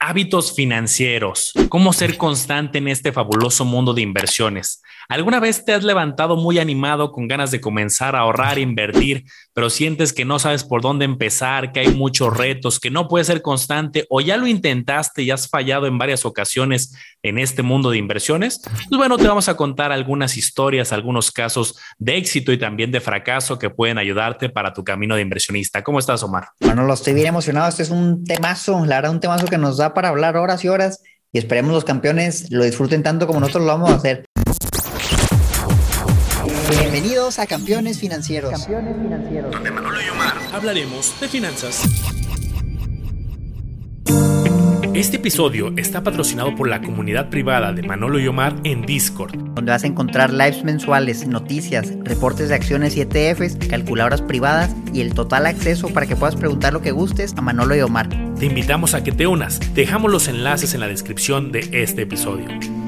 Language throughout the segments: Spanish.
Hábitos financieros. ¿Cómo ser constante en este fabuloso mundo de inversiones? ¿Alguna vez te has levantado muy animado con ganas de comenzar a ahorrar e invertir, pero sientes que no sabes por dónde empezar, que hay muchos retos, que no puedes ser constante o ya lo intentaste y has fallado en varias ocasiones en este mundo de inversiones? Pues bueno, te vamos a contar algunas historias, algunos casos de éxito y también de fracaso que pueden ayudarte para tu camino de inversionista. ¿Cómo estás, Omar? Bueno, lo estoy bien emocionado. Este es un temazo, la verdad, un temazo que nos da para hablar horas y horas y esperemos los campeones lo disfruten tanto como nosotros lo vamos a hacer. Bienvenidos a Campeones Financieros. Campeones Financieros. Donde Manolo y Omar hablaremos de finanzas. Este episodio está patrocinado por la comunidad privada de Manolo y Omar en Discord, donde vas a encontrar lives mensuales, noticias, reportes de acciones y ETFs, calculadoras privadas y el total acceso para que puedas preguntar lo que gustes a Manolo y Omar. Te invitamos a que te unas. Dejamos los enlaces en la descripción de este episodio.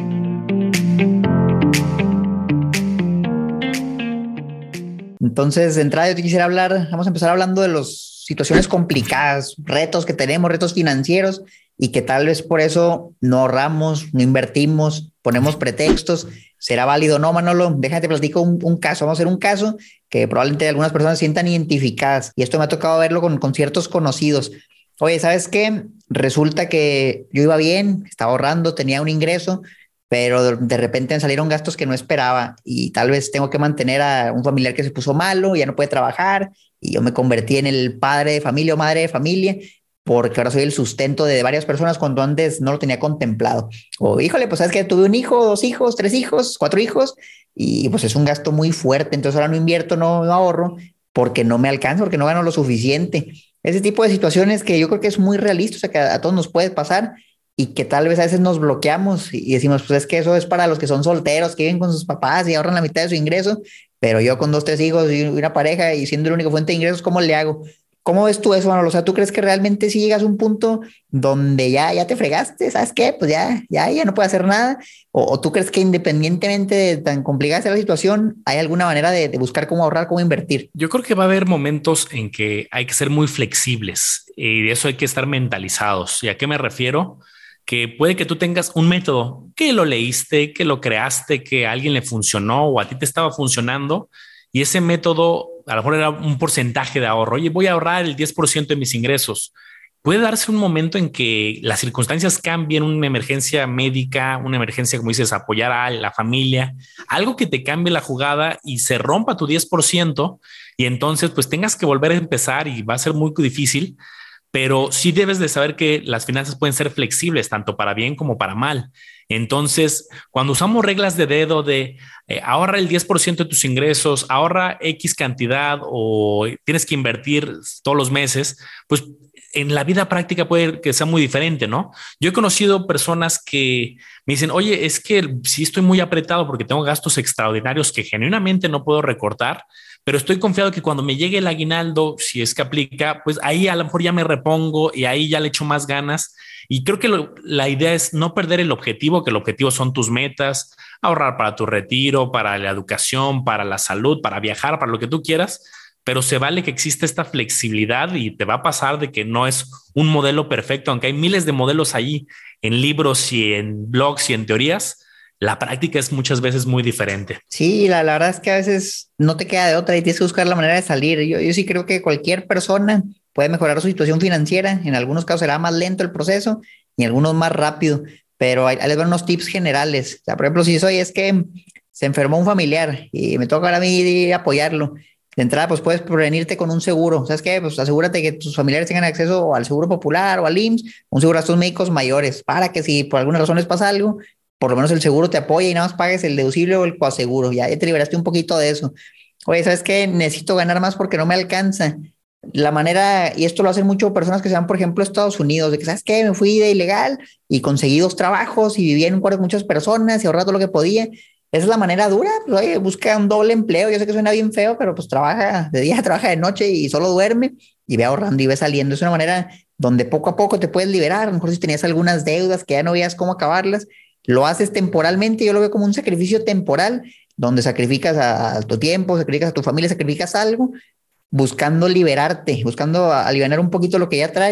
Entonces, de entrada yo te quisiera vamos a empezar hablando de las situaciones complicadas, retos que tenemos, retos financieros y que tal vez por eso no ahorramos, no invertimos, ponemos pretextos. ¿Será válido o no, Manolo? Déjate platico un caso. Vamos a hacer un caso que probablemente algunas personas se sientan identificadas y esto me ha tocado verlo con ciertos conocidos. Oye, ¿sabes qué? Resulta que yo iba bien, estaba ahorrando, tenía un ingreso, pero de repente me salieron gastos que no esperaba y tal vez tengo que mantener a un familiar que se puso malo, ya no puede trabajar y yo me convertí en el padre de familia o madre de familia porque ahora soy el sustento de varias personas cuando antes no lo tenía contemplado. O híjole, pues sabes que tuve un hijo, 2 hijos, 3 hijos, 4 hijos y pues es un gasto muy fuerte, entonces ahora no invierto, no ahorro porque no me alcanza, porque no gano lo suficiente. Ese tipo de situaciones que yo creo que es muy realista, o sea que a todos nos puede pasar y que tal vez a veces nos bloqueamos y decimos, pues es que eso es para los que son solteros, que viven con sus papás y ahorran la mitad de su ingreso, pero yo con 2, 3 hijos y una pareja y siendo la única fuente de ingresos, ¿cómo le hago? ¿Cómo ves tú eso, Manolo? O sea, ¿tú crees que realmente si llegas a un punto donde ya te fregaste? ¿Sabes qué? Pues ya no puedes hacer nada. ¿O tú crees que independientemente de tan complicada sea la situación, hay alguna manera de buscar cómo ahorrar, cómo invertir? Yo creo que va a haber momentos en que hay que ser muy flexibles y de eso hay que estar mentalizados. ¿Y a qué me refiero? Que puede que tú tengas un método que lo leíste, que lo creaste, que a alguien le funcionó o a ti te estaba funcionando y ese método a lo mejor era un porcentaje de ahorro. Oye, voy a ahorrar el 10% de mis ingresos. Puede darse un momento en que las circunstancias cambien, una emergencia médica, una emergencia, como dices, apoyar a la familia, algo que te cambie la jugada y se rompa tu 10% y entonces pues tengas que volver a empezar y va a ser muy difícil, pero sí debes de saber que las finanzas pueden ser flexibles, tanto para bien como para mal. Entonces, cuando usamos reglas de dedo de ahorra el 10% de tus ingresos, ahorra X cantidad o tienes que invertir todos los meses, pues en la vida práctica puede que sea muy diferente, ¿no? Yo he conocido personas que me dicen, oye, es que sí estoy muy apretado porque tengo gastos extraordinarios que genuinamente no puedo recortar, pero estoy confiado que cuando me llegue el aguinaldo, si es que aplica, pues ahí a lo mejor ya me repongo y ahí ya le echo más ganas. Y creo que la idea es no perder el objetivo, que el objetivo son tus metas, ahorrar para tu retiro, para la educación, para la salud, para viajar, para lo que tú quieras, pero se vale que exista esta flexibilidad y te va a pasar de que no es un modelo perfecto, aunque hay miles de modelos ahí en libros y en blogs y en teorías. La práctica es muchas veces muy diferente. Sí, la verdad es que a veces no te queda de otra y tienes que buscar la manera de salir. Yo sí creo que cualquier persona puede mejorar su situación financiera. En algunos casos será más lento el proceso y en algunos más rápido, pero ahí les van unos tips generales. O sea, por ejemplo, si es que se enfermó un familiar y me toca ahora a mí ir a apoyarlo. De entrada, pues puedes prevenirte con un seguro. ¿Sabes qué? Pues asegúrate que tus familiares tengan acceso al seguro popular o al IMSS, un seguro a estos médicos mayores, para que si por alguna razón les pasa algo, por lo menos el seguro te apoya y nada más pagues el deducible o el coaseguro. Ya te liberaste un poquito de eso. Oye, ¿sabes qué? Necesito ganar más porque no me alcanza. La manera, y esto lo hacen mucho personas que se van, por ejemplo, a Estados Unidos, de que, ¿sabes qué? Me fui de ilegal y conseguí 2 trabajos y vivía en un cuarto con muchas personas y ahorraba todo lo que podía. Esa es la manera dura. Pues, oye, busca un doble empleo. Yo sé que suena bien feo, pero pues trabaja de día, trabaja de noche y solo duerme y ve ahorrando y ve saliendo. Es una manera donde poco a poco te puedes liberar. A lo mejor si tenías algunas deudas que ya no veías cómo acabarlas, lo haces temporalmente. Yo lo veo como un sacrificio temporal, donde sacrificas a tu tiempo, sacrificas a tu familia, sacrificas algo, buscando liberarte, buscando aliviar un poquito lo que ya traes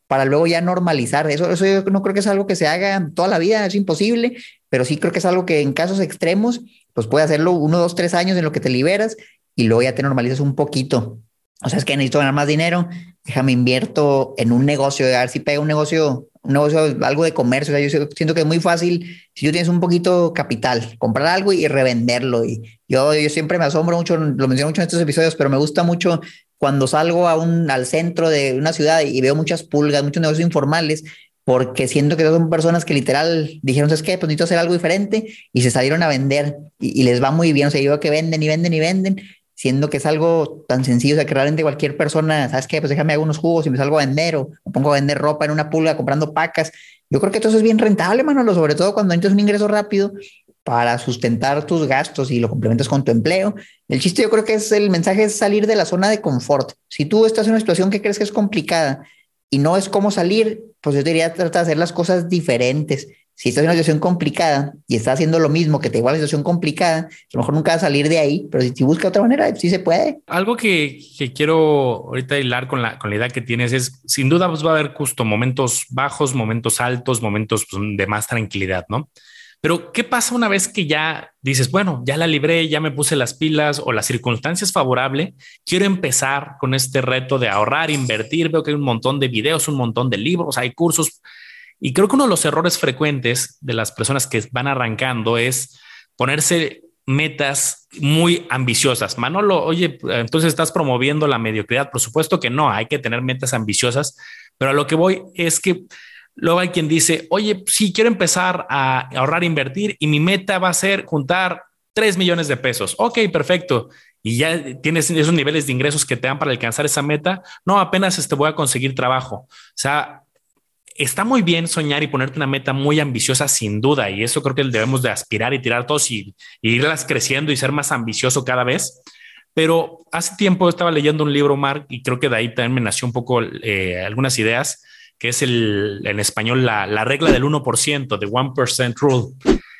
para luego ya normalizar. Eso yo no creo que es algo que se haga toda la vida, es imposible, pero sí creo que es algo que en casos extremos, pues puede hacerlo 1, 2, 3 años en lo que te liberas y luego ya te normalizas un poquito. O sea, es que necesito ganar más dinero, déjame invierto en un negocio, a ver si pega un negocio, algo de comercio. O sea, yo siento que es muy fácil, si tú tienes un poquito capital, comprar algo y revenderlo. Y yo siempre me asombro mucho, lo menciono mucho en estos episodios, pero me gusta mucho cuando salgo al centro de una ciudad y veo muchas pulgas, muchos negocios informales, porque siento que son personas que literal dijeron, ¿sabes qué? Pues necesito hacer algo diferente y se salieron a vender y les va muy bien. O sea, yo veo que venden y venden y venden, siendo que es algo tan sencillo. O sea, que realmente cualquier persona, ¿sabes qué? Pues déjame hago unos jugos y me salgo a vender o me pongo a vender ropa en una pulga comprando pacas. Yo creo que todo eso es bien rentable, Manolo, sobre todo cuando necesitas un ingreso rápido para sustentar tus gastos y lo complementas con tu empleo. El chiste yo creo que es el mensaje es salir de la zona de confort. Si tú estás en una situación que crees que es complicada y no es cómo salir, pues yo te diría tratar de hacer las cosas diferentes. Si estás en una situación complicada y estás haciendo lo mismo que te igual a la situación complicada, a lo mejor nunca vas a salir de ahí, pero si buscas otra manera, sí se puede. Algo que quiero ahorita hilar con la idea que tienes es, sin duda, pues va a haber justo momentos bajos, momentos altos, momentos pues, de más tranquilidad, ¿no? Pero, ¿qué pasa una vez que ya dices, bueno, ya la libré, ya me puse las pilas o la circunstancia es favorable? Quiero empezar con este reto de ahorrar, invertir. Veo que hay un montón de videos, un montón de libros, hay cursos. Y creo que uno de los errores frecuentes de las personas que van arrancando es ponerse metas muy ambiciosas. Manolo, oye, entonces estás promoviendo la mediocridad. Por supuesto que no, hay que tener metas ambiciosas, pero a lo que voy es que luego hay quien dice, oye, sí, quiero empezar a ahorrar, invertir y mi meta va a ser juntar 3 millones de pesos. Ok, perfecto. Y ya tienes esos niveles de ingresos que te dan para alcanzar esa meta. No, apenas voy a conseguir trabajo. O sea, está muy bien soñar y ponerte una meta muy ambiciosa, sin duda. Y eso creo que debemos de aspirar y tirar todos y irlas creciendo y ser más ambicioso cada vez. Pero hace tiempo estaba leyendo un libro, Mark, y creo que de ahí también me nació un poco algunas ideas, que es en español la regla del 1%, the 1% rule.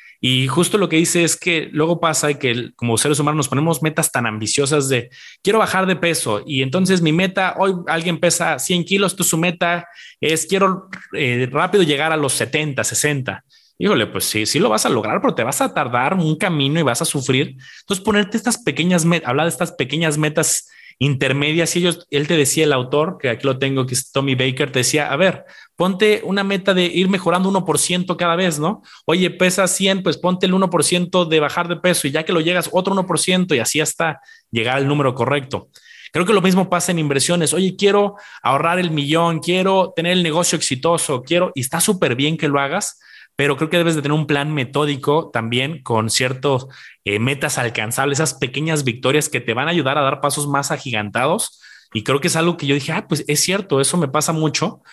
Y justo lo que dice es que luego pasa que como seres humanos nos ponemos metas tan ambiciosas de quiero bajar de peso y entonces mi meta, hoy alguien pesa 100 kilos, tú su meta es quiero rápido llegar a los 70, 60. Híjole, pues sí, sí lo vas a lograr, pero te vas a tardar un camino y vas a sufrir. Entonces ponerte estas pequeñas metas, hablar de estas pequeñas metas intermedias. Y él te decía, el autor, que aquí lo tengo, que es Tommy Baker, te decía, a ver, ponte una meta de ir mejorando 1% cada vez, ¿no? Oye, pesa 100, pues ponte el 1% de bajar de peso y ya que lo llegas, otro 1% y así hasta llegar al número correcto. Creo que lo mismo pasa en inversiones. Oye, quiero ahorrar el millón, quiero tener el negocio exitoso, y está súper bien que lo hagas, pero creo que debes de tener un plan metódico también con ciertos metas alcanzables, esas pequeñas victorias que te van a ayudar a dar pasos más agigantados. Y creo que es algo que yo dije, pues es cierto, eso me pasa mucho,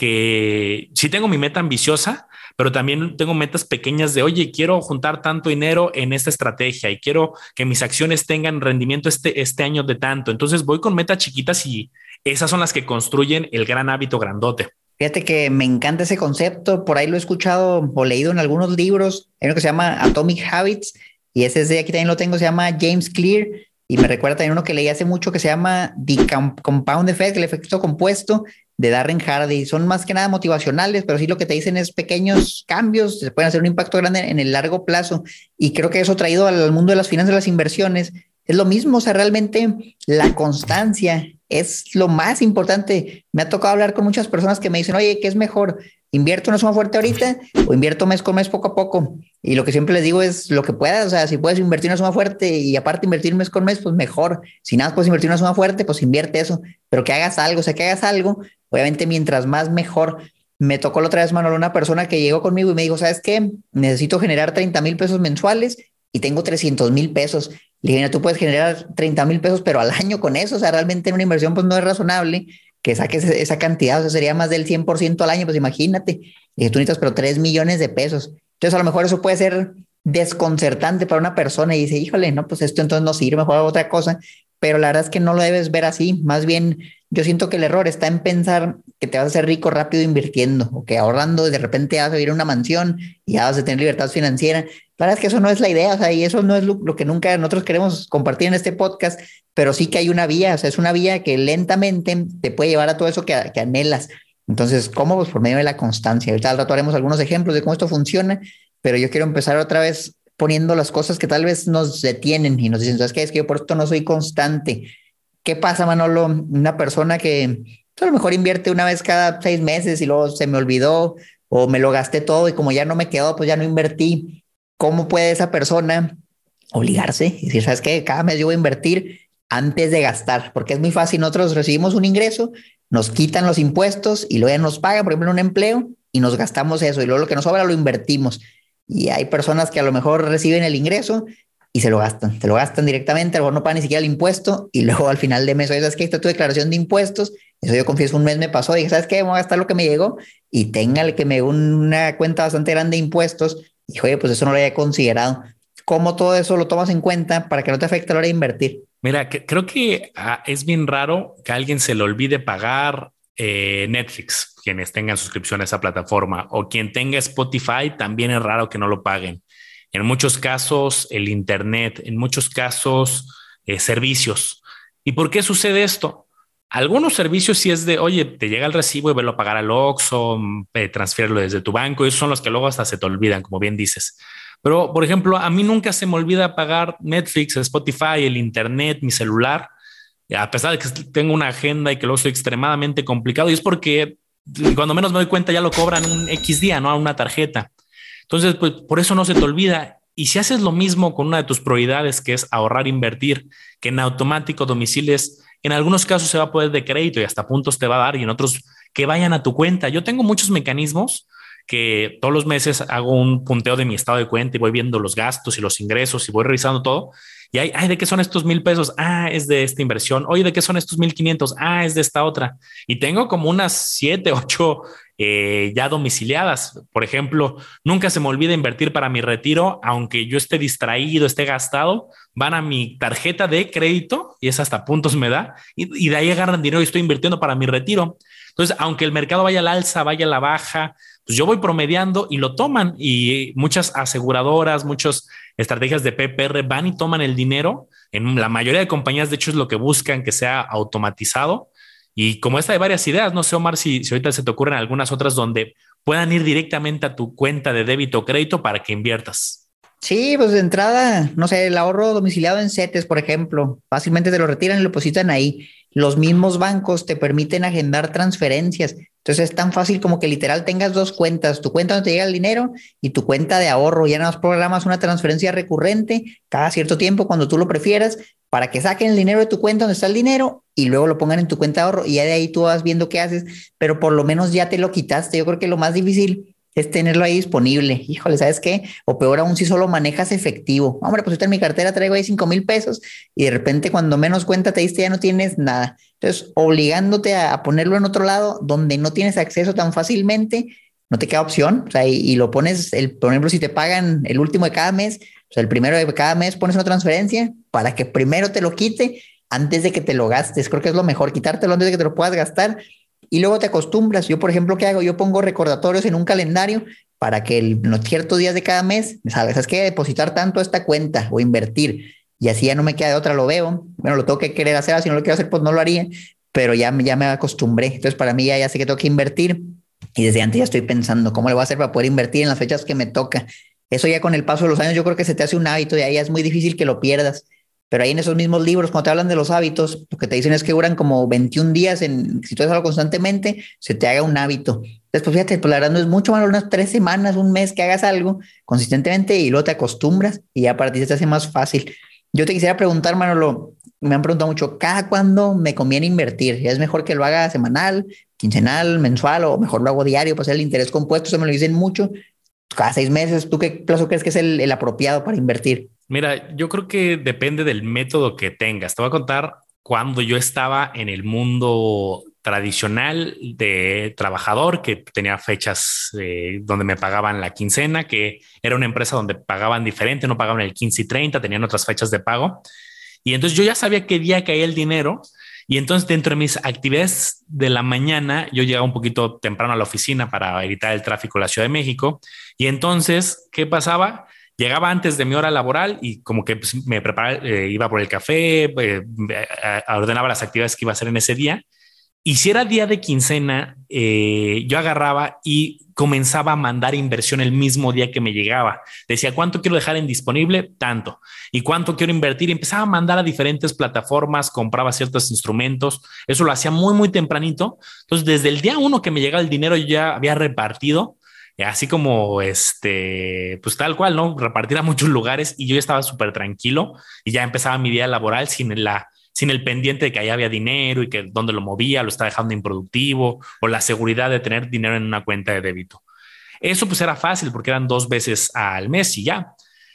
que sí tengo mi meta ambiciosa, pero también tengo metas pequeñas de, oye, quiero juntar tanto dinero en esta estrategia y quiero que mis acciones tengan rendimiento este año de tanto. Entonces voy con metas chiquitas y esas son las que construyen el gran hábito grandote. Fíjate que me encanta ese concepto, por ahí lo he escuchado o leído en algunos libros. Hay uno que se llama Atomic Habits y ese es de aquí también lo tengo, se llama James Clear y me recuerda también uno que leí hace mucho que se llama The Compound Effect, el efecto compuesto de Darren Hardy. Son más que nada motivacionales, pero sí lo que te dicen es pequeños cambios, se pueden hacer un impacto grande en el largo plazo y creo que eso traído al mundo de las finanzas, de las inversiones, es lo mismo. O sea, realmente la constancia es lo más importante. Me ha tocado hablar con muchas personas que me dicen, oye, ¿qué es mejor? ¿Invierto una suma fuerte ahorita o invierto mes con mes poco a poco? Y lo que siempre les digo es lo que puedas. O sea, si puedes invertir una suma fuerte y aparte invertir mes con mes, pues mejor. Si nada, puedes invertir una suma fuerte, pues invierte eso. Pero que hagas algo, o sea, que hagas algo. Obviamente, mientras más mejor. Me tocó la otra vez, Manuel, una persona que llegó conmigo y me dijo, ¿sabes qué? Necesito generar 30,000 pesos mensuales y tengo 300,000 pesos. Le dije, tú puedes generar 30,000 pesos, pero al año con eso. O sea, realmente en una inversión pues no es razonable que saques esa cantidad. O sea, sería más del 100% al año, pues imagínate. Le dije, tú necesitas, pero 3 millones de pesos. Entonces, a lo mejor eso puede ser desconcertante para una persona y dice, híjole, no, pues esto entonces no sirve, mejor hago otra cosa. Pero la verdad es que no lo debes ver así. Más bien, yo siento que el error está en pensar que te vas a hacer rico rápido invirtiendo o que ahorrando de repente vas a vivir en una mansión y ya vas a tener libertad financiera. La verdad es que eso no es la idea, o sea, y eso no es lo que nunca nosotros queremos compartir en este podcast, pero sí que hay una vía, o sea, es una vía que lentamente te puede llevar a todo eso que anhelas. Entonces, ¿cómo? Pues por medio de la constancia. Ahorita al rato haremos algunos ejemplos de cómo esto funciona, pero yo quiero empezar otra vez poniendo las cosas que tal vez nos detienen y nos dicen, ¿sabes qué? Es que yo por esto no soy constante. ¿Qué pasa, Manolo? Una persona que pues, a lo mejor invierte una vez cada 6 meses y luego se me olvidó o me lo gasté todo y como ya no me quedó, pues ya no invertí. ¿Cómo puede esa persona obligarse y decir, ¿sabes qué? Cada mes yo voy a invertir antes de gastar, porque es muy fácil. Nosotros recibimos un ingreso, nos quitan los impuestos y luego ya nos pagan, por ejemplo, un empleo y nos gastamos eso y luego lo que nos sobra lo invertimos. Y hay personas que a lo mejor reciben el ingreso y se lo gastan directamente, a lo mejor no pagan ni siquiera el impuesto y luego al final de mes, oye, ¿sabes qué? Esta es tu declaración de impuestos, eso yo confieso, un mes me pasó y dije, ¿sabes qué? Voy a gastar lo que me llegó y téngale que me llegó una cuenta bastante grande de impuestos y oye, pues eso no lo había considerado. ¿Cómo todo eso lo tomas en cuenta para que no te afecte a la hora de invertir? Mira, creo que es bien raro que a alguien se le olvide pagar Netflix, quienes tengan suscripción a esa plataforma, o quien tenga Spotify, también es raro que no lo paguen. En muchos casos, el Internet, en muchos casos, servicios. ¿Y por qué sucede esto? Algunos servicios sí es de, oye, te llega el recibo y velo a pagar al Oxxo, transfiérelo desde tu banco, y esos son los que luego hasta se te olvidan, como bien dices. Pero, por ejemplo, a mí nunca se me olvida pagar Netflix, Spotify, el Internet, mi celular, a pesar de que tengo una agenda y que luego soy extremadamente complicado, y es porque cuando menos me doy cuenta ya lo cobran un X día, ¿no? A una tarjeta. Entonces, pues por eso no se te olvida. Y si haces lo mismo con una de tus prioridades, que es ahorrar, invertir, que en automático domicilies, en algunos casos se va a poder de crédito y hasta puntos te va a dar y en otros que vayan a tu cuenta. Yo tengo muchos mecanismos que todos los meses hago un punteo de mi estado de cuenta y voy viendo los gastos y los ingresos y voy revisando todo. Y hay, ay, ¿de qué son estos 1,000 pesos? Ah, es de esta inversión. Oye, ¿de qué son estos 1,500? Ah, es de esta otra. Y tengo como unas 7, 8 ya domiciliadas. Por ejemplo, nunca se me olvida invertir para mi retiro, aunque yo esté distraído, esté gastado, van a mi tarjeta de crédito y es hasta puntos me da y de ahí agarran dinero y estoy invirtiendo para mi retiro. Entonces, aunque el mercado vaya al alza, vaya a la baja, pues yo voy promediando y lo toman y muchas aseguradoras, muchas estrategias de PPR van y toman el dinero. En la mayoría de compañías, de hecho, es lo que buscan que sea automatizado. Y como esta hay varias ideas, no sé, Omar, si ahorita se te ocurren algunas otras donde puedan ir directamente a tu cuenta de débito o crédito para que inviertas. Sí, pues de entrada, no sé, el ahorro domiciliado en CETES, por ejemplo, fácilmente te lo retiran y lo depositan ahí. Los mismos bancos te permiten agendar transferencias. Entonces es tan fácil como que literal tengas dos cuentas, tu cuenta donde te llega el dinero y tu cuenta de ahorro. Ya nada más programas una transferencia recurrente cada cierto tiempo cuando tú lo prefieras para que saquen el dinero de tu cuenta donde está el dinero y luego lo pongan en tu cuenta de ahorro y ya de ahí tú vas viendo qué haces, pero por lo menos ya te lo quitaste. Yo creo que lo más difícil es tenerlo ahí disponible. Híjole, ¿sabes qué? O peor aún si solo manejas efectivo. Hombre, pues ahorita en mi cartera traigo ahí 5,000 pesos y de repente cuando menos cuenta te diste ya no tienes nada. Entonces, obligándote a ponerlo en otro lado donde no tienes acceso tan fácilmente, no te queda opción. O sea, y lo pones, por ejemplo, si te pagan el último de cada mes, o sea, el primero de cada mes pones una transferencia para que primero te lo quite antes de que te lo gastes. Creo que es lo mejor, quitártelo antes de que te lo puedas gastar y luego te acostumbras. Yo, por ejemplo, ¿qué hago? Yo pongo recordatorios en un calendario para que los ciertos días de cada mes, ¿sabes qué? Depositar tanto a esta cuenta o invertir. Y así ya no me queda de otra, lo veo. Bueno, lo tengo que querer hacer, si no lo quiero hacer, pues no lo haría, pero ya me acostumbré. Entonces, para mí ya sé que tengo que invertir y desde antes ya estoy pensando cómo le voy a hacer para poder invertir en las fechas que me toca. Eso ya con el paso de los años yo creo que se te hace un hábito y ahí ya es muy difícil que lo pierdas. Pero ahí en esos mismos libros, cuando te hablan de los hábitos, lo que te dicen es que duran como 21 días si tú haces algo constantemente, se te haga un hábito. Después, fíjate, pues la verdad no es mucho más, unas 3 semanas, un mes que hagas algo consistentemente y luego te acostumbras y ya para ti se te hace más fácil. Yo te quisiera preguntar, Manolo, me han preguntado mucho, ¿cada cuándo me conviene invertir? ¿Es mejor que lo haga semanal, quincenal, mensual o mejor lo hago diario para hacer el interés compuesto? Eso me lo dicen mucho. Cada 6 meses, ¿tú qué plazo crees que es el apropiado para invertir? Mira, yo creo que depende del método que tengas. Te voy a contar cuando yo estaba en el mundo tradicional de trabajador, que tenía fechas donde me pagaban la quincena, que era una empresa donde pagaban diferente, no pagaban el 15 y 30, tenían otras fechas de pago. Y entonces yo ya sabía qué día caía el dinero. Y entonces dentro de mis actividades de la mañana, yo llegaba un poquito temprano a la oficina para evitar el tráfico en la Ciudad de México. Y entonces, ¿qué pasaba? Llegaba antes de mi hora laboral y como que pues, me preparaba, iba por el café, ordenaba las actividades que iba a hacer en ese día Y si era día de quincena, yo agarraba y comenzaba a mandar inversión el mismo día que me llegaba. Decía, ¿cuánto quiero dejar en disponible? Tanto. ¿Y cuánto quiero invertir? Y empezaba a mandar a diferentes plataformas, compraba ciertos instrumentos. Eso lo hacía muy, muy tempranito. Entonces, desde el día uno que me llegaba el dinero, yo ya había repartido, así como pues tal cual, ¿no? Repartir a muchos lugares y yo ya estaba súper tranquilo y ya empezaba mi día laboral sin el pendiente de que allá había dinero y que dónde lo movía, lo estaba dejando improductivo o la seguridad de tener dinero en una cuenta de débito. Eso pues era fácil porque eran 2 veces al mes y ya.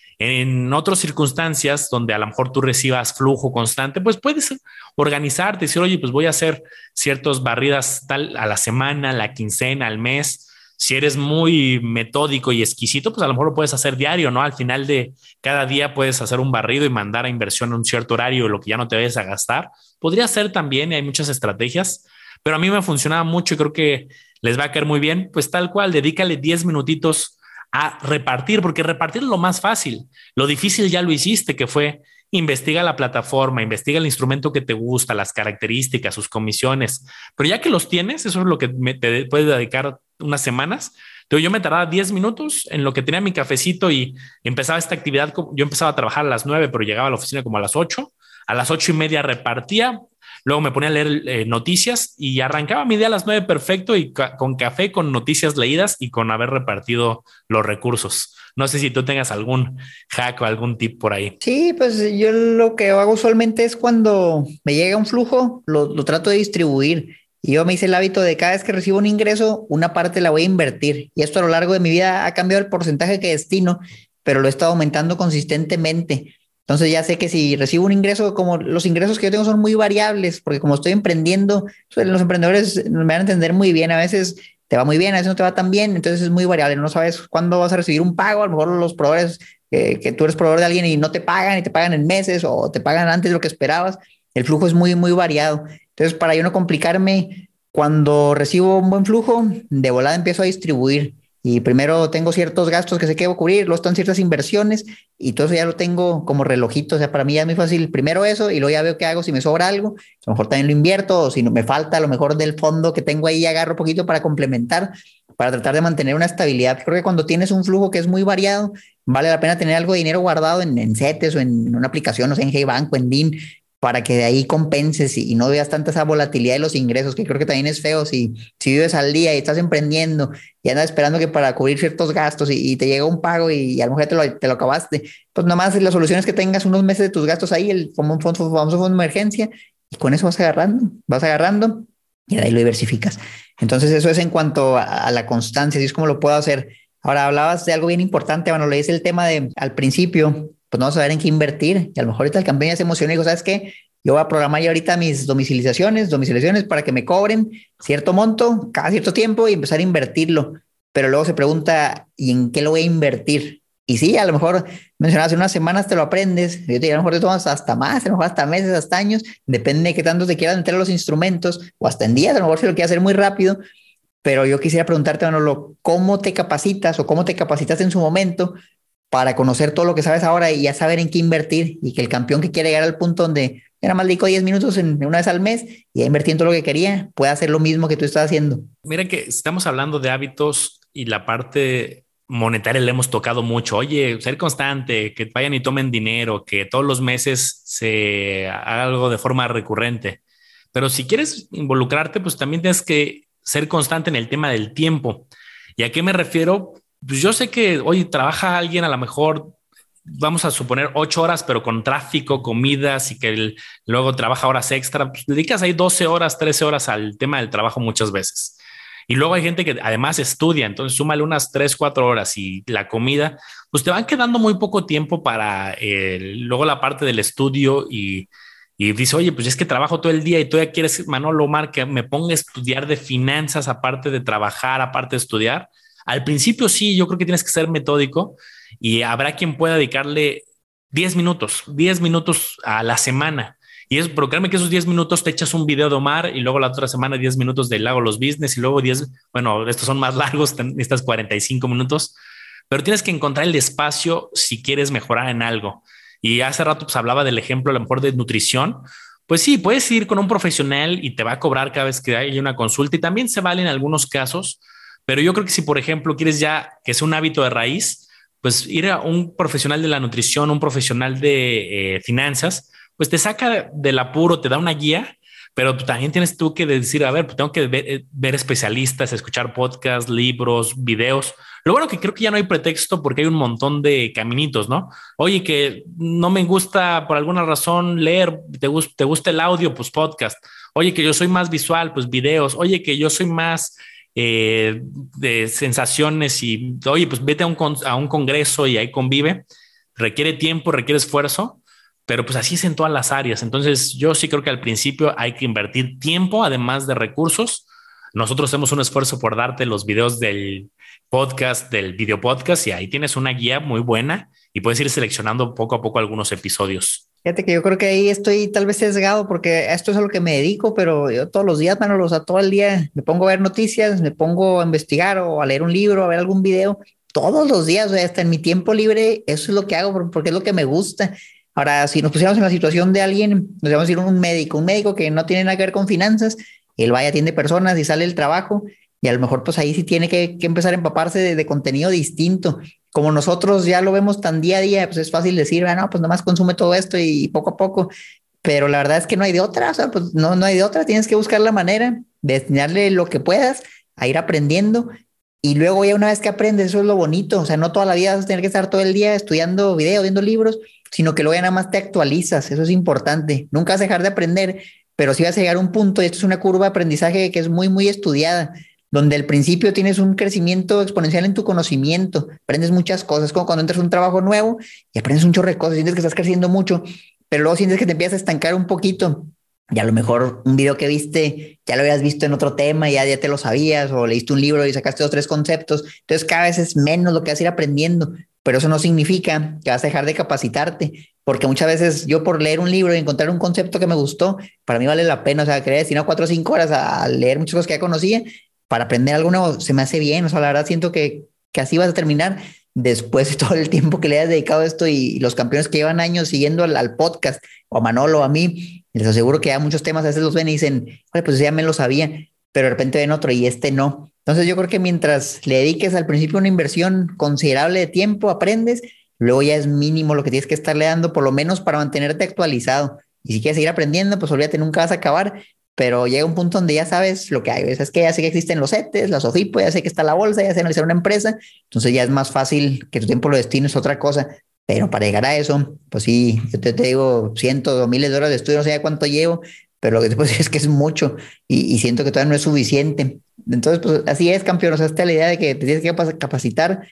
En otras circunstancias donde a lo mejor tú recibas flujo constante, pues puedes organizarte, decir, oye, pues voy a hacer ciertas barridas tal a la semana, a la quincena, al mes. Si eres muy metódico y exquisito, pues a lo mejor lo puedes hacer diario, ¿no? Al final de cada día puedes hacer un barrido y mandar a inversión en un cierto horario, lo que ya no te vayas a gastar. Podría ser también, y hay muchas estrategias, pero a mí me funcionaba mucho y creo que les va a caer muy bien. Pues tal cual, dedícale 10 minutitos a repartir, porque repartir es lo más fácil. Lo difícil ya lo hiciste, que fue investiga la plataforma, investiga el instrumento que te gusta, las características, sus comisiones. Pero ya que los tienes, eso es lo que te puedes dedicar unas semanas. Entonces yo me tardaba 10 minutos en lo que tenía mi cafecito y empezaba esta actividad. Yo empezaba a trabajar a las 9, pero llegaba a la oficina como a las 8. A las 8:30 repartía, luego me ponía a leer noticias y arrancaba mi día a las 9 perfecto y con café, con noticias leídas y con haber repartido los recursos. No sé si tú tengas algún hack o algún tip por ahí. Sí, pues yo lo que hago usualmente es cuando me llega un flujo, lo trato de distribuir. Y yo me hice el hábito de cada vez que recibo un ingreso, una parte la voy a invertir. Y esto a lo largo de mi vida ha cambiado el porcentaje que destino, pero lo he estado aumentando consistentemente. Entonces ya sé que si recibo un ingreso, como los ingresos que yo tengo son muy variables, porque como estoy emprendiendo, pues, los emprendedores me van a entender muy bien. A veces te va muy bien, a veces no te va tan bien, entonces es muy variable. No sabes cuándo vas a recibir un pago. A lo mejor los proveedores, que tú eres proveedor de alguien y no te pagan, y te pagan en meses o te pagan antes de lo que esperabas. El flujo es muy, muy variado. Entonces, para yo no complicarme, cuando recibo un buen flujo, de volada empiezo a distribuir. Y primero tengo ciertos gastos que sé que debo cubrir, luego están ciertas inversiones y todo eso ya lo tengo como relojito. O sea, para mí ya es muy fácil. Primero eso y luego ya veo qué hago si me sobra algo. A lo mejor también lo invierto o si no me falta, a lo mejor del fondo que tengo ahí agarro un poquito para complementar, para tratar de mantener una estabilidad. Creo que cuando tienes un flujo que es muy variado, vale la pena tener algo de dinero guardado en CETES o en una aplicación, o sea, en Hey Banco, en BIN, para que de ahí compenses y no veas tanta esa volatilidad de los ingresos, que creo que también es feo si vives al día y estás emprendiendo y andas esperando que para cubrir ciertos gastos y te llega un pago y a lo mejor te lo acabaste. Pues nomás la solución es que tengas unos meses de tus gastos ahí, el famoso fondo de emergencia, y con eso vas agarrando y de ahí lo diversificas. Entonces eso es en cuanto a la constancia, así es como lo puedo hacer. Ahora hablabas de algo bien importante, bueno, le hice el tema de al principio, pues no vas a saber en qué invertir. Y a lo mejor ahorita el campeón ya se emociona y digo, ¿sabes qué? Yo voy a programar ya ahorita mis domiciliaciones para que me cobren cierto monto cada cierto tiempo y empezar a invertirlo. Pero luego se pregunta, ¿y en qué lo voy a invertir? Y sí, a lo mejor mencionabas en unas semanas te lo aprendes. Yo te diría, a lo mejor te tomas hasta más, a lo mejor hasta meses, hasta años, depende de qué tanto te quieran meter los instrumentos o hasta en días. A lo mejor si lo quieres hacer muy rápido. Pero yo quisiera preguntarte, Manolo, ¿cómo te capacitas o cómo te capacitaste en su momento para conocer todo lo que sabes ahora y ya saber en qué invertir y que el campeón que quiere llegar al punto donde era más dedico 10 minutos una vez al mes y ya invertí en todo lo que quería, pueda hacer lo mismo que tú estás haciendo? Mira que estamos hablando de hábitos y la parte monetaria le hemos tocado mucho. Oye, ser constante, que vayan y tomen dinero, que todos los meses se haga algo de forma recurrente. Pero si quieres involucrarte, pues también tienes que ser constante en el tema del tiempo. ¿Y a qué me refiero? Pues yo sé que hoy trabaja alguien a lo mejor, vamos a suponer 8 horas, pero con tráfico, comidas y que luego trabaja horas extra, pues dedicas ahí 12 horas, 13 horas al tema del trabajo muchas veces. Y luego hay gente que además estudia, entonces súmale unas 3, 4 horas y la comida, pues te van quedando muy poco tiempo para luego la parte del estudio y dice, oye, pues es que trabajo todo el día y tú ya quieres, Manolo Omar, que me ponga a estudiar de finanzas aparte de trabajar, aparte de estudiar. Al principio sí, yo creo que tienes que ser metódico y habrá quien pueda dedicarle 10 minutos a la semana. Pero créeme que esos 10 minutos te echas un video de Omar y luego la otra semana 10 minutos de Lago Los Business y luego 10, bueno, estos son más largos, necesitas 45 minutos, pero tienes que encontrar el espacio si quieres mejorar en algo. Y hace rato pues hablaba del ejemplo a lo mejor de nutrición, Pues sí, puedes ir con un profesional y te va a cobrar cada vez que hay una consulta y también se vale en algunos casos, pero yo creo que si, por ejemplo, quieres ya que sea un hábito de raíz, pues ir a un profesional de la nutrición, un profesional de finanzas, pues te saca del apuro, te da una guía, pero también tienes tú que decir, a ver, pues tengo que ver especialistas, escuchar podcasts, libros, videos. Lo bueno que creo que ya no hay pretexto porque hay un montón de caminitos, ¿no? Oye, que no me gusta por alguna razón leer, te gusta el audio, pues podcast. Oye, que yo soy más visual, pues videos. Oye, que yo soy más de sensaciones y, oye, pues vete a un congreso y ahí convive. Requiere tiempo, requiere esfuerzo, pero pues así es en todas las áreas. Entonces yo sí creo que al principio hay que invertir tiempo, además de recursos. Nosotros hacemos un esfuerzo por darte los videos del podcast, del video podcast, y ahí tienes una guía muy buena y puedes ir seleccionando poco a poco algunos episodios. Fíjate que yo creo que ahí estoy tal vez sesgado porque esto es a lo que me dedico, pero yo todos los días, Manolo, o sea, todo el día me pongo a ver noticias, me pongo a investigar o a leer un libro, a ver algún video, todos los días, o sea, hasta en mi tiempo libre, eso es lo que hago porque es lo que me gusta. Ahora, si nos pusiéramos en la situación de alguien, nos vamos a ir a un médico que no tiene nada que ver con finanzas, él vaya, atiende personas y sale del trabajo, y a lo mejor pues ahí sí tiene que empezar a empaparse de contenido distinto. Como nosotros ya lo vemos tan día a día, pues es fácil decir, no, pues nomás consume todo esto y poco a poco, pero la verdad es que no hay de otra, o sea, pues no hay de otra, tienes que buscar la manera de destinarle lo que puedas a ir aprendiendo y luego ya una vez que aprendes, eso es lo bonito, o sea, no toda la vida vas a tener que estar todo el día estudiando videos, viendo libros, sino que luego ya nada más te actualizas, eso es importante, nunca vas a dejar de aprender, pero sí vas a llegar a un punto, y esto es una curva de aprendizaje que es muy, muy estudiada, donde al principio tienes un crecimiento exponencial en tu conocimiento, aprendes muchas cosas, como cuando entras a un trabajo nuevo y aprendes un chorro de cosas, sientes que estás creciendo mucho, pero luego sientes que te empiezas a estancar un poquito, y a lo mejor un video que viste, ya lo habías visto en otro tema, ya te lo sabías, o leíste un libro y sacaste 2, 3 conceptos, entonces cada vez es menos lo que vas a ir aprendiendo, pero eso no significa que vas a dejar de capacitarte, porque muchas veces yo por leer un libro y encontrar un concepto que me gustó, para mí vale la pena, o sea, quería destinar 4 o 5 horas a leer muchas cosas que ya conocía, para aprender algo nuevo, se me hace bien, o sea, la verdad siento que así vas a terminar después de todo el tiempo que le hayas dedicado a esto y los campeones que llevan años siguiendo al podcast, o a Manolo, o a mí, les aseguro que ya muchos temas a veces los ven y dicen, oye, pues ya me lo sabía, pero de repente ven otro y este no. Entonces yo creo que mientras le dediques al principio una inversión considerable de tiempo, aprendes, luego ya es mínimo lo que tienes que estarle dando, por lo menos para mantenerte actualizado. Y si quieres seguir aprendiendo, pues olvídate, nunca vas a acabar, pero llega un punto donde ya sabes lo que hay. Es que ya sé que existen los CETES, la SOFIPO, ya sé que está la bolsa, ya sé analizar una empresa, entonces ya es más fácil que tu tiempo lo destines a otra cosa. Pero para llegar a eso, pues sí, yo te digo cientos o miles de horas de estudio, no sé cuánto llevo, pero lo que te puedo decir es que es mucho y siento que todavía no es suficiente. Entonces, pues así es, campeón. O sea, esta es la idea de que te tienes que capacitar.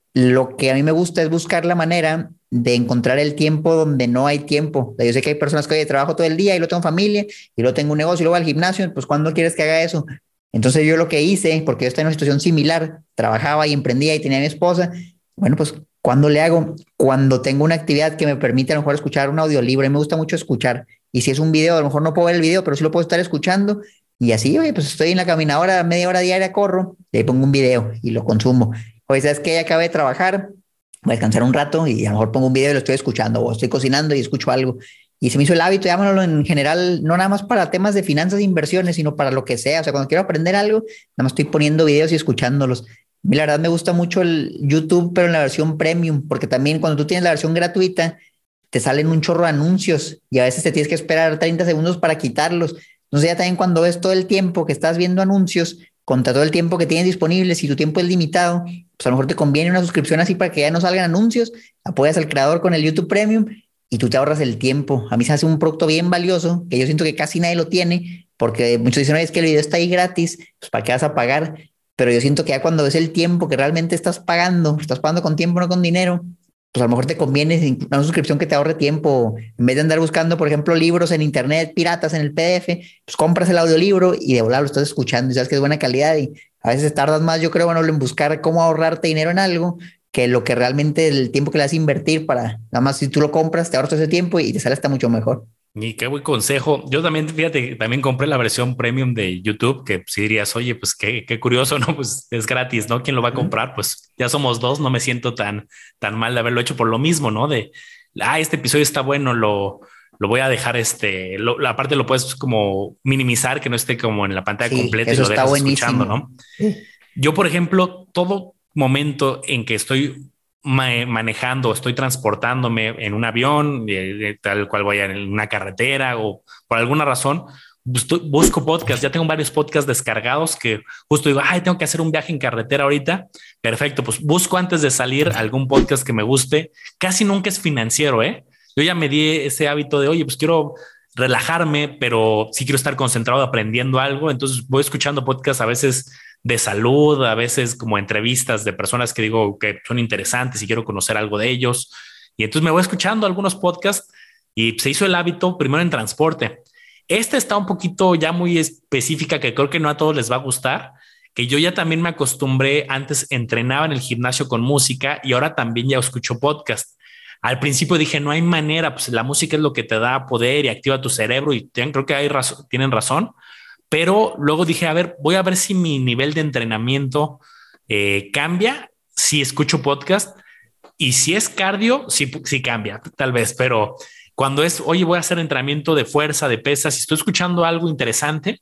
Lo que a mí me gusta es buscar la manera de encontrar el tiempo donde no hay tiempo. O sea, yo sé que hay personas que hoy trabajo todo el día y luego tengo familia y luego tengo un negocio y luego al gimnasio, pues ¿cuándo quieres que haga eso? Entonces yo lo que hice, porque yo estaba en una situación similar, trabajaba y emprendía y tenía a mi esposa, bueno, pues ¿cuándo le hago? Cuando tengo una actividad que me permite a lo mejor escuchar un audiolibro, y me gusta mucho escuchar, y si es un video, a lo mejor no puedo ver el video, pero sí lo puedo estar escuchando, y así, oye, pues estoy en la caminadora, media hora diaria corro, y ahí pongo un video y lo consumo. Oye, ¿sabes qué? Ya acabé de trabajar, voy a descansar un rato y a lo mejor pongo un video y lo estoy escuchando, o estoy cocinando y escucho algo. Y se me hizo el hábito, llámalo en general, no nada más para temas de finanzas e inversiones, sino para lo que sea. O sea, cuando quiero aprender algo, nada más estoy poniendo videos y escuchándolos. A mí la verdad me gusta mucho el YouTube, pero en la versión premium, porque también cuando tú tienes la versión gratuita, te salen un chorro de anuncios y a veces te tienes que esperar 30 segundos para quitarlos. Entonces ya también cuando ves todo el tiempo que estás viendo anuncios, contra todo el tiempo que tienes disponible, si tu tiempo es limitado, pues a lo mejor te conviene una suscripción así para que ya no salgan anuncios, apoyas al creador con el YouTube Premium y tú te ahorras el tiempo. A mí se hace un producto bien valioso, que yo siento que casi nadie lo tiene, porque muchos dicen, oye, es que el video está ahí gratis, pues ¿para qué vas a pagar? Pero yo siento que ya cuando ves el tiempo que realmente estás pagando con tiempo, no con dinero, pues a lo mejor te conviene una suscripción que te ahorre tiempo. En vez de andar buscando, por ejemplo, libros en internet, piratas en el PDF, pues compras el audiolibro y de volar lo estás escuchando y sabes que es buena calidad. Y a veces tardas más, yo creo, bueno, en buscar cómo ahorrarte dinero en algo que lo que realmente el tiempo que le vas a invertir para, nada más si tú lo compras, te ahorras ese tiempo y te sale hasta mucho mejor. Y qué buen consejo. Yo también, fíjate, también compré la versión premium de YouTube, que si dirías, oye, pues qué curioso, ¿no? Pues es gratis, ¿no? ¿Quién lo va a comprar? Pues ya somos dos, no me siento tan mal de haberlo hecho por lo mismo, ¿no? Este episodio está bueno, lo voy a dejar, aparte lo puedes como minimizar, que no esté como en la pantalla completa y lo dejas escuchando, ¿no? Sí. Yo, por ejemplo, todo momento en que estoy manejando, estoy transportándome en un avión, tal cual vaya en una carretera o por alguna razón, busco podcast. Ya tengo varios podcasts descargados que justo digo, ay, tengo que hacer un viaje en carretera ahorita. Perfecto, pues busco antes de salir algún podcast que me guste. Casi nunca es financiero, ¿eh? Yo ya me di ese hábito de, oye, pues quiero relajarme, pero sí quiero estar concentrado aprendiendo algo. Entonces voy escuchando podcasts a veces de salud, a veces como entrevistas de personas que digo que son interesantes y quiero conocer algo de ellos. Y entonces me voy escuchando algunos podcasts y se hizo el hábito primero en transporte. Esta está un poquito ya muy específica que creo que no a todos les va a gustar, que yo ya también me acostumbré, antes entrenaba en el gimnasio con música y ahora también ya escucho podcast. Al principio dije, no hay manera, pues la música es lo que te da poder y activa tu cerebro y creo que tienen razón, pero luego dije, a ver, voy a ver si mi nivel de entrenamiento cambia si escucho podcast y si es cardio, sí cambia, tal vez, pero cuando es, oye, voy a hacer entrenamiento de fuerza, de pesas, si estoy escuchando algo interesante,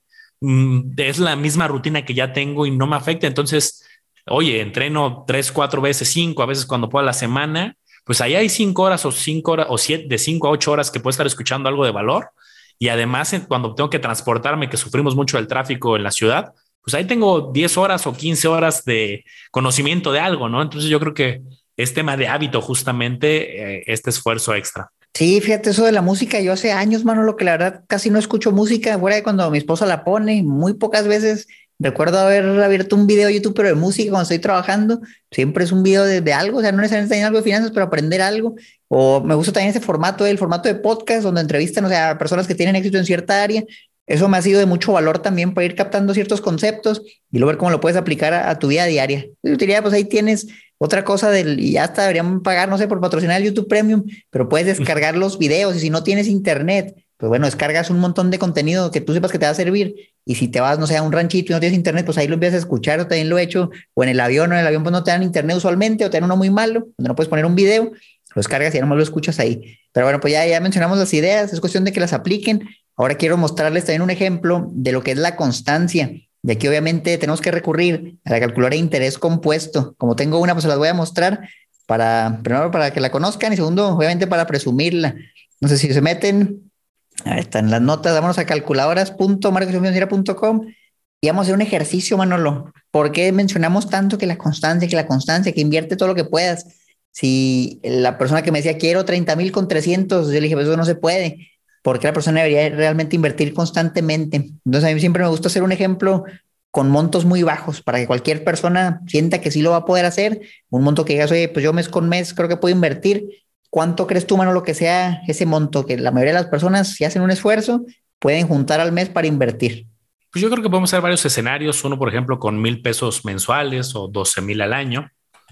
es la misma rutina que ya tengo y no me afecta. Entonces, oye, entreno 3, 4 veces, 5, a veces cuando puedo a la semana, pues ahí hay 5 horas o 5 horas o 7, de 5 a 8 horas que puedo estar escuchando algo de valor. Y además, cuando tengo que transportarme, que sufrimos mucho el tráfico en la ciudad, pues ahí tengo 10 horas o 15 horas de conocimiento de algo, ¿no? Entonces yo creo que es tema de hábito justamente este esfuerzo extra. Sí, fíjate eso de la música. Yo hace años, mano, lo que la verdad casi no escucho música, fuera de cuando mi esposa la pone, muy pocas veces recuerdo haber abierto un video de YouTube, pero de música cuando estoy trabajando, siempre es un video de algo, o sea, no necesariamente algo de finanzas, pero aprender algo. O me gusta también ese formato, el formato de podcast, donde entrevistan, o sea, a personas que tienen éxito en cierta área. Eso me ha sido de mucho valor también para ir captando ciertos conceptos y luego ver cómo lo puedes aplicar a tu vida diaria. Yo diría, pues ahí tienes otra cosa y ya hasta deberían pagar, no sé, por patrocinar el YouTube Premium, pero puedes descargar los videos y si no tienes internet, pues bueno, descargas un montón de contenido que tú sepas que te va a servir y si te vas, no sé, a un ranchito y no tienes internet, pues ahí lo empiezas a escuchar. Yo también lo he hecho, o en el avión pues no te dan internet usualmente o te dan uno muy malo, donde no puedes poner un video, lo descargas y ya nomás lo escuchas ahí. Pero bueno, pues ya mencionamos las ideas, es cuestión de que las apliquen. Ahora quiero mostrarles también un ejemplo de lo que es la constancia. Y aquí obviamente tenemos que recurrir a la calculadora de interés compuesto. Como tengo una, pues se las voy a mostrar primero para que la conozcan y segundo, obviamente para presumirla. No sé si se meten, ahí están las notas, vámonos a calculadoras.marketingfinanciera.com y vamos a hacer un ejercicio, Manolo. ¿Por qué mencionamos tanto que la constancia, que invierte todo lo que puedas? Si la persona que me decía, quiero 30,000 con 300, yo le dije, pues eso no se puede. Porque la persona debería realmente invertir constantemente. Entonces a mí siempre me gusta hacer un ejemplo con montos muy bajos para que cualquier persona sienta que sí lo va a poder hacer. Un monto que digas, oye, pues yo mes con mes creo que puedo invertir. ¿Cuánto crees tú, mano, lo que sea ese monto? Que la mayoría de las personas, si hacen un esfuerzo, pueden juntar al mes para invertir. Pues yo creo que podemos hacer varios escenarios. Uno, por ejemplo, con 1,000 pesos mensuales o 12,000 al año.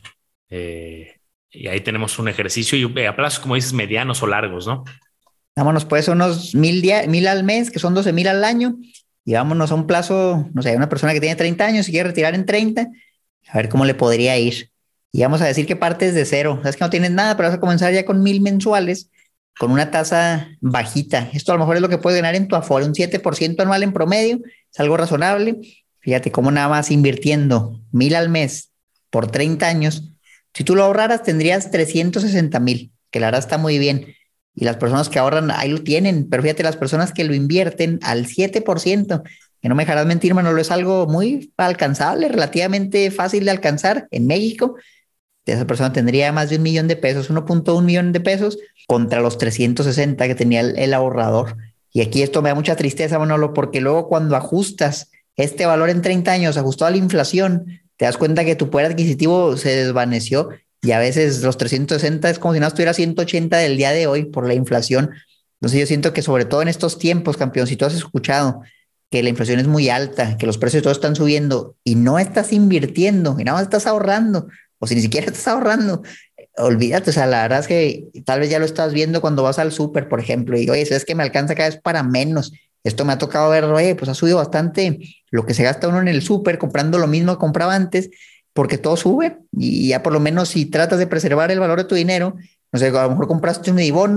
Y ahí tenemos un ejercicio y a plazos, como dices, medianos o largos, ¿no? Vámonos pues a unos 1,000 al mes, que son 12,000 al año, y vámonos a un plazo, no sé, una persona que tiene 30 años y quiere retirar en 30, a ver cómo le podría ir. Y vamos a decir que partes de cero, sabes que no tienes nada, pero vas a comenzar ya con 1,000 mensuales, con una tasa bajita. Esto a lo mejor es lo que puedes ganar en tu Afore, un 7% anual en promedio, es algo razonable. Fíjate cómo nada más invirtiendo 1,000 al mes por 30 años, si tú lo ahorraras tendrías 360,000, que la verdad está muy bien. Y las personas que ahorran, ahí lo tienen. Pero fíjate, las personas que lo invierten al 7%, que no me dejarás mentir, Manolo, es algo muy alcanzable, relativamente fácil de alcanzar en México. Esa persona tendría más de 1,000,000 de pesos, 1.1 millón de pesos, contra los 360 que tenía el ahorrador. Y aquí esto me da mucha tristeza, Manolo, porque luego cuando ajustas este valor en 30 años, ajustado a la inflación, te das cuenta que tu poder adquisitivo se desvaneció. Y a veces los 360 es como si no estuviera 180 del día de hoy por la inflación. Entonces yo siento que sobre todo en estos tiempos, campeón, si tú has escuchado que la inflación es muy alta, que los precios de todo están subiendo y no estás invirtiendo y nada más estás ahorrando, o si ni siquiera estás ahorrando, olvídate. O sea, la verdad es que tal vez ya lo estás viendo cuando vas al súper, por ejemplo, y oye, sabes que me alcanza cada vez para menos. Esto me ha tocado ver, oye, pues ha subido bastante lo que se gasta uno en el súper comprando lo mismo que compraba antes, porque todo sube y ya por lo menos si tratas de preservar el valor de tu dinero, no sé, a lo mejor compraste un bono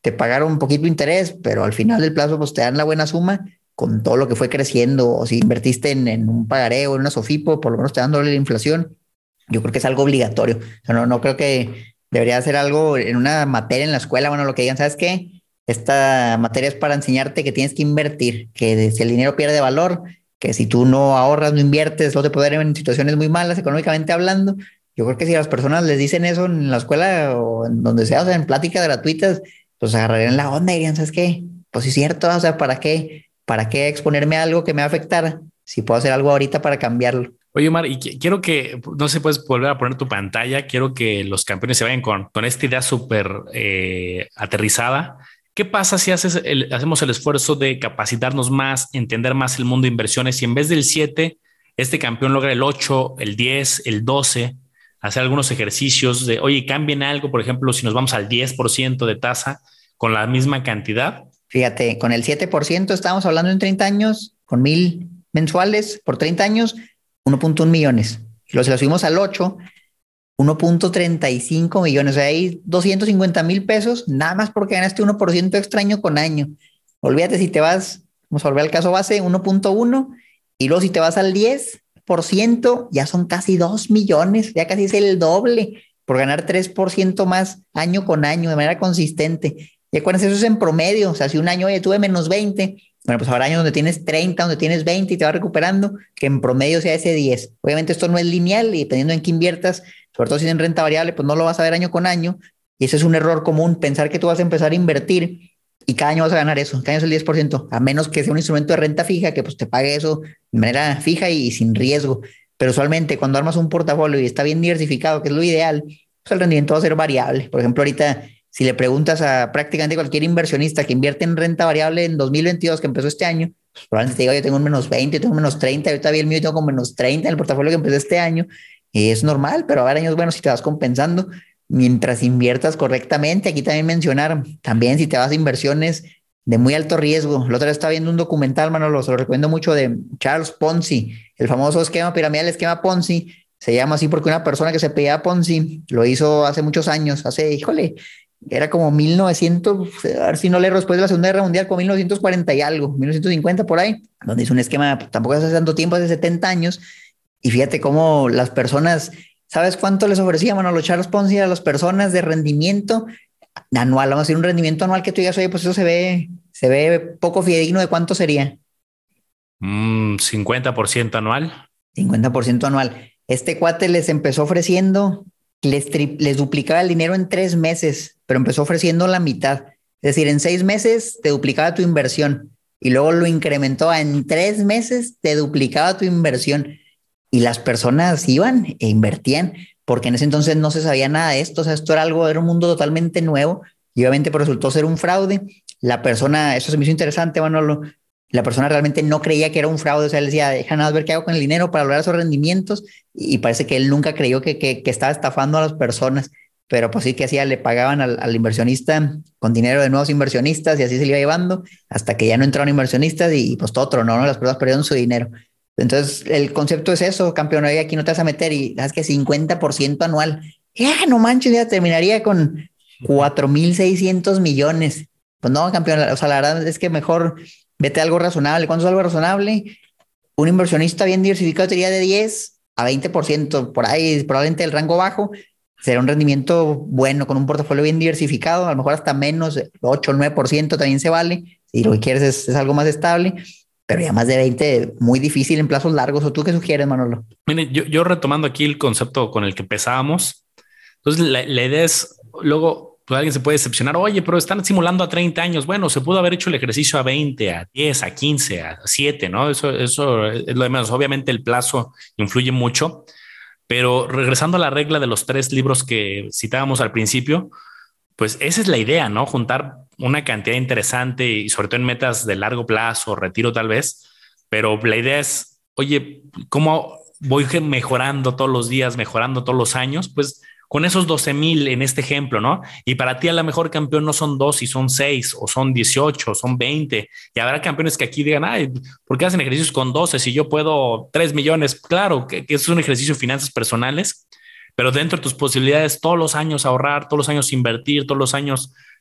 te pagaron un poquito de interés, pero al final del plazo pues te dan la buena suma con todo lo que fue creciendo, o si invertiste en un pagaré o en una SOFIPO, por lo menos te dan doble la inflación. Yo creo que es algo obligatorio. O sea, no creo que debería ser algo en una materia en la escuela, bueno, lo que digan, ¿sabes qué? Esta materia es para enseñarte que tienes que invertir, que si el dinero pierde valor, que si tú no ahorras, no inviertes, no te puede ver en situaciones muy malas económicamente hablando. Yo creo que si a las personas les dicen eso en la escuela o en donde sea, o sea, en pláticas gratuitas, pues agarrarían la onda y dirían, ¿sabes qué? Pues sí es cierto, o sea, ¿para qué? ¿Para qué exponerme a algo que me va a afectar si puedo hacer algo ahorita para cambiarlo? Oye, Omar, y quiero que, no sé, puedes volver a poner tu pantalla. Quiero que los campeones se vayan con esta idea súper aterrizada. ¿Qué pasa si hacemos el esfuerzo de capacitarnos más, entender más el mundo de inversiones y en vez del 7, este campeón logra el 8, el 10, el 12, hacer algunos ejercicios de, oye, cambien algo, por ejemplo, si nos vamos al 10% de tasa con la misma cantidad? Fíjate, con el 7% estábamos hablando en 30 años, con 1,000 mensuales por 30 años, 1,1 millones. Y luego si lo subimos al 8, 1,35 millones. O sea, hay 250,000 pesos, nada más porque ganaste 1% extraño con año. Olvídate si te vas, vamos a volver al caso base, 1,1. Y luego si te vas al 10%, ya son casi 2 millones, ya casi es el doble por ganar 3% más año con año de manera consistente. Y acuérdense, eso es en promedio. O sea, si un año, oye, tuve -20, bueno, pues habrá años donde tienes 30, donde tienes 20 y te vas recuperando, que en promedio sea ese 10. Obviamente esto no es lineal y dependiendo en qué inviertas, sobre todo si es en renta variable, pues no lo vas a ver año con año. Y ese es un error común, pensar que tú vas a empezar a invertir y cada año vas a ganar eso, cada año es el 10%, a menos que sea un instrumento de renta fija que pues te pague eso de manera fija y sin riesgo. Pero usualmente cuando armas un portafolio y está bien diversificado, que es lo ideal, pues el rendimiento va a ser variable. Por ejemplo, ahorita si le preguntas a prácticamente cualquier inversionista que invierte en renta variable en 2022, que empezó este año, pues probablemente te diga, yo tengo un -20, yo tengo un -30, ahorita vi el mío, tengo como -30 en el portafolio que empecé este año, y es normal, pero va a haber años buenos si te vas compensando mientras inviertas correctamente. Aquí también mencionar, también si te vas a inversiones de muy alto riesgo. La otra vez estaba viendo un documental, Manolo, se lo recomiendo mucho, de Charles Ponzi, el famoso esquema piramidal, el esquema Ponzi. Se llama así porque una persona que se pedía Ponzi lo hizo hace muchos años, híjole, era como 1900, a ver si no leer después de la Segunda Guerra Mundial, como 1940 y algo, 1950 por ahí, donde hizo un esquema, pues, tampoco hace tanto tiempo, hace 70 años, y fíjate cómo las personas, ¿sabes cuánto les ofrecían, bueno, los Charles Ponzi a las personas de rendimiento anual? Vamos a decir un rendimiento anual que tú digas, oye, pues eso se ve poco fidedigno. ¿De cuánto sería? 50% anual. 50% anual. Este cuate les empezó ofreciendo, les duplicaba el dinero en 3 meses, pero empezó ofreciendo la mitad. Es decir, en 6 meses te duplicaba tu inversión y luego lo incrementó a en 3 meses te duplicaba tu inversión. Y las personas iban e invertían porque en ese entonces no se sabía nada de esto. O sea, esto era un mundo totalmente nuevo y obviamente pues, resultó ser un fraude. La persona, eso se me hizo interesante, Manolo, la persona realmente no creía que era un fraude. O sea, él decía, deja nada ver qué hago con el dinero para lograr esos rendimientos. Y parece que él nunca creyó que estaba estafando a las personas. Pero pues sí que hacía, le pagaban al inversionista con dinero de nuevos inversionistas y así se le iba llevando hasta que ya no entraron inversionistas y pues todo tronó, ¿no? Las personas perdieron su dinero. Entonces, el concepto es eso, campeón. Oye, aquí no te vas a meter y sabes que 50% anual. Ya, no manches, ya terminaría con 4,600 millones. Pues no, campeón. O sea, la verdad es que mejor vete a algo razonable. ¿Cuánto es algo razonable? Un inversionista bien diversificado te diría de 10 a 20%, por ahí, probablemente el rango bajo. Será un rendimiento bueno con un portafolio bien diversificado, a lo mejor hasta menos, 8 o 9% también se vale. Si lo que quieres es algo más estable, pero ya más de 20, muy difícil en plazos largos. ¿O tú qué sugieres, Manolo? Mire, yo retomando aquí el concepto con el que empezábamos. Entonces, la idea es, luego pues, alguien se puede decepcionar. Oye, pero están simulando a 30 años. Bueno, se pudo haber hecho el ejercicio a 20, a 10, a 15, a 7, ¿no? Eso es lo de menos. Obviamente el plazo influye mucho, pero regresando a la regla de los 3 libros que citábamos al principio, pues esa es la idea, ¿no? Juntar una cantidad interesante y sobre todo en metas de largo plazo, retiro tal vez, pero la idea es, oye, ¿cómo voy mejorando todos los días, mejorando todos los años? Pues con esos 12,000 en este ejemplo, ¿no? Y para ti a lo mejor campeón no son 2 y son 6 o son 18 o son 20 y habrá campeones que aquí digan, ay, ¿por qué hacen ejercicios con 12 si yo puedo 3 millones? Claro, que es un ejercicio de finanzas personales, pero dentro de tus posibilidades todos los años ahorrar, todos los años invertir, todos los años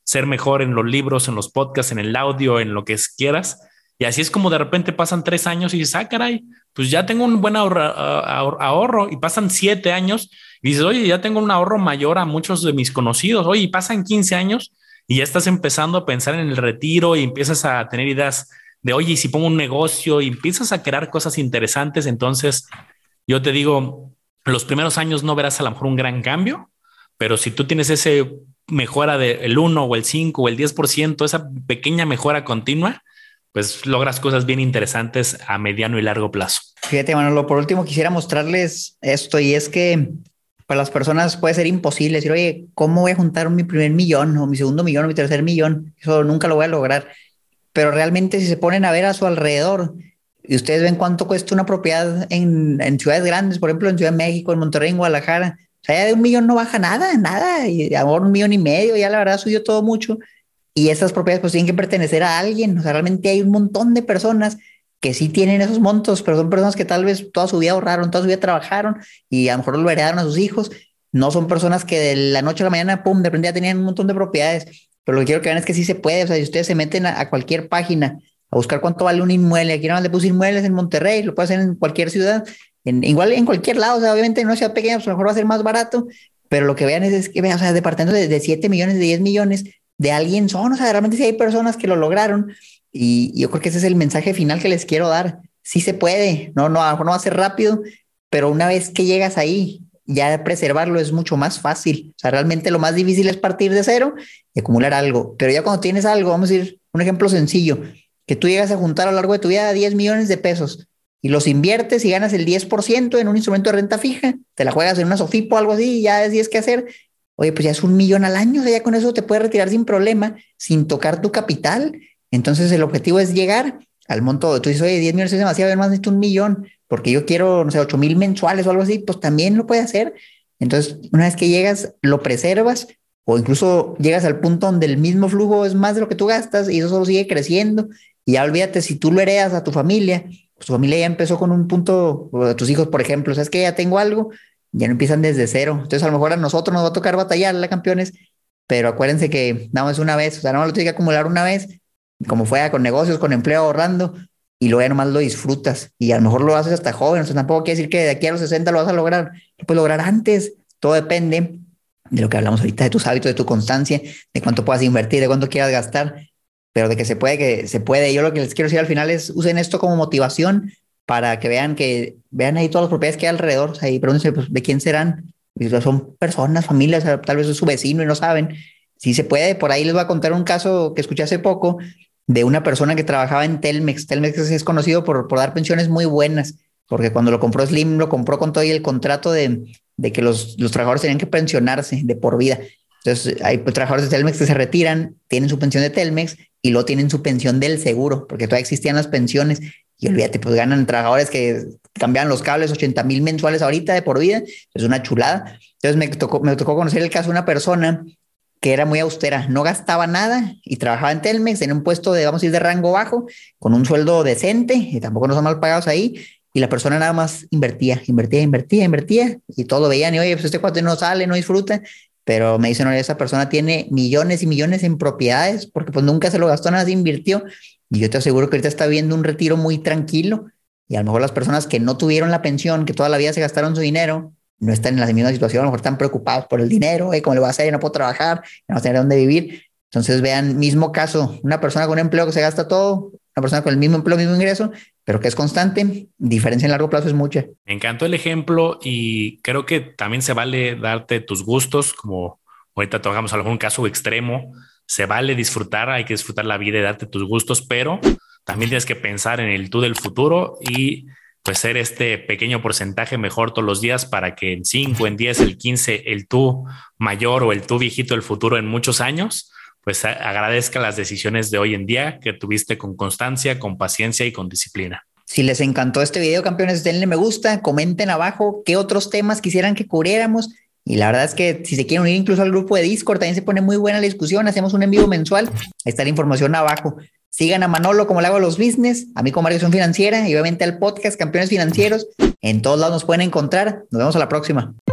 ser mejor en los libros, en los podcasts, en el audio, en lo que quieras. Y así es como de repente pasan 3 años y dices, ah, caray, pues ya tengo un buen ahorro, y pasan 7 años y dices, oye, ya tengo un ahorro mayor a muchos de mis conocidos. Oye, y pasan 15 años y ya estás empezando a pensar en el retiro y empiezas a tener ideas de, oye, y si pongo un negocio y empiezas a crear cosas interesantes. Entonces yo te digo, los primeros años no verás a lo mejor un gran cambio, pero si tú tienes ese mejora del 1 o el 5 o el 10%, esa pequeña mejora continua, pues logras cosas bien interesantes a mediano y largo plazo. Fíjate, Manolo, por último quisiera mostrarles esto, y es que para las personas puede ser imposible decir, oye, ¿cómo voy a juntar mi primer millón o mi segundo millón o mi tercer millón? Eso nunca lo voy a lograr. Pero realmente si se ponen a ver a su alrededor y ustedes ven cuánto cuesta una propiedad en ciudades grandes, por ejemplo, en Ciudad de México, en Monterrey, en Guadalajara, o sea, ya de 1 millón no baja nada, y ahora 1,5 millones, ya la verdad subió todo mucho. Y esas propiedades pues tienen que pertenecer a alguien. O sea, realmente hay un montón de personas que sí tienen esos montos, pero son personas que tal vez toda su vida ahorraron, toda su vida trabajajaron y a lo mejor lo heredaron a sus hijos. No son personas que de la noche a la mañana, pum, de repente ya tenían un montón de propiedades. Pero lo que quiero que vean es que sí se puede. O sea, si ustedes se meten a cualquier página a buscar cuánto vale un inmueble, aquí nada más le puse inmuebles en Monterrey, lo puede hacer en cualquier ciudad, igual en cualquier lado. O sea, obviamente en una ciudad pequeña, pues a lo mejor va a ser más barato, pero lo que vean es que vean, o sea, departamentos de 7 millones, de 10 millones, de alguien son. O sea, realmente sí hay personas que lo lograron, y yo creo que ese es el mensaje final que les quiero dar. Sí se puede, no, a lo mejor no va a ser rápido, pero una vez que llegas ahí, ya preservarlo es mucho más fácil. O sea, realmente lo más difícil es partir de cero y acumular algo, pero ya cuando tienes algo, vamos a ir un ejemplo sencillo, que tú llegas a juntar a lo largo de tu vida 10 millones de pesos y los inviertes y ganas el 10% en un instrumento de renta fija, te la juegas en una Sofipo o algo así y ya decides qué hacer. Oye, pues ya es 1 millón al año. O sea, ya con eso te puedes retirar sin problema, sin tocar tu capital. Entonces el objetivo es llegar al monto. Tú dices, oye, 10 millones es demasiado, además necesito 1 millón, porque yo quiero, no sé, 8,000 mensuales o algo así. Pues también lo puedes hacer. Entonces, una vez que llegas, lo preservas, o incluso llegas al punto donde el mismo flujo es más de lo que tú gastas y eso solo sigue creciendo. Y ya olvídate, si tú lo heredas a tu familia, pues tu familia ya empezó con un punto, o a tus hijos, por ejemplo, sabes que ya tengo algo, ya no empiezan desde cero. Entonces, a lo mejor a nosotros nos va a tocar batallar, la campeones, pero acuérdense que nada más una vez. O sea, no lo tienes que acumular una vez, como fuera con negocios, con empleo, ahorrando, y luego ya nomás lo disfrutas. Y a lo mejor lo haces hasta joven. O sea, tampoco quiere decir que de aquí a los 60 lo vas a lograr. Lo puedes lograr antes. Todo depende de lo que hablamos ahorita, de tus hábitos, de tu constancia, de cuánto puedas invertir, de cuánto quieras gastar, pero de que se puede, que se puede. Yo lo que les quiero decir al final es usen esto como motivación para que vean ahí todas las propiedades que hay alrededor. O sea, y pregúntense, pues, ¿de quién serán? Y son personas, familias, o sea, tal vez es su vecino y no saben. Sí se puede. Por ahí les voy a contar un caso que escuché hace poco de una persona que trabajaba en Telmex. Telmex es conocido por dar pensiones muy buenas, porque cuando lo compró Slim, lo compró con todo y el contrato de que los trabajadores tenían que pensionarse de por vida. Entonces, hay trabajadores de Telmex que se retiran, tienen su pensión de Telmex y luego tienen su pensión del seguro, porque todavía existían las pensiones. Y olvídate, pues ganan trabajadores que cambian los cables 80,000 mensuales ahorita de por vida. Es una chulada. Entonces, me tocó conocer el caso de una persona que era muy austera, no gastaba nada y trabajaba en Telmex, en un puesto de, vamos a ir, de rango bajo, con un sueldo decente, y tampoco no son mal pagados ahí. Y la persona nada más invertía, y todo lo veían. Y oye, pues este cuate no sale, no disfruta. Pero me dicen, oye, esa persona tiene millones y millones en propiedades porque pues nunca se lo gastó, nada, se invirtió. Y yo te aseguro que ahorita está viendo un retiro muy tranquilo. Y a lo mejor las personas que no tuvieron la pensión, que toda la vida se gastaron su dinero, no están en la misma situación. A lo mejor están preocupados por el dinero, ¿cómo le voy a hacer? Yo no puedo trabajar, no voy a tener dónde vivir. Entonces vean, mismo caso, una persona con un empleo que se gasta todo, una persona con el mismo empleo, mismo ingreso, pero que es constante, diferencia en largo plazo es mucha. Me encantó el ejemplo y creo que también se vale darte tus gustos, como ahorita tocamos algún caso extremo. Se vale disfrutar, hay que disfrutar la vida y darte tus gustos, pero también tienes que pensar en el tú del futuro y pues ser este pequeño porcentaje mejor todos los días para que en 5, en 10, el 15, el tú mayor o el tú viejito del futuro en muchos años, pues agradezca las decisiones de hoy en día que tuviste con constancia, con paciencia y con disciplina. Si les encantó este video, campeones, denle me gusta, comenten abajo qué otros temas quisieran que cubriéramos. Y la verdad es que si se quieren unir incluso al grupo de Discord, también se pone muy buena la discusión. Hacemos un en vivo mensual. Ahí está la información abajo. Sigan a Manolo como le hago a los business, a mí como Marketing Financiera y obviamente al podcast Campeones Financieros. En todos lados nos pueden encontrar. Nos vemos a la próxima.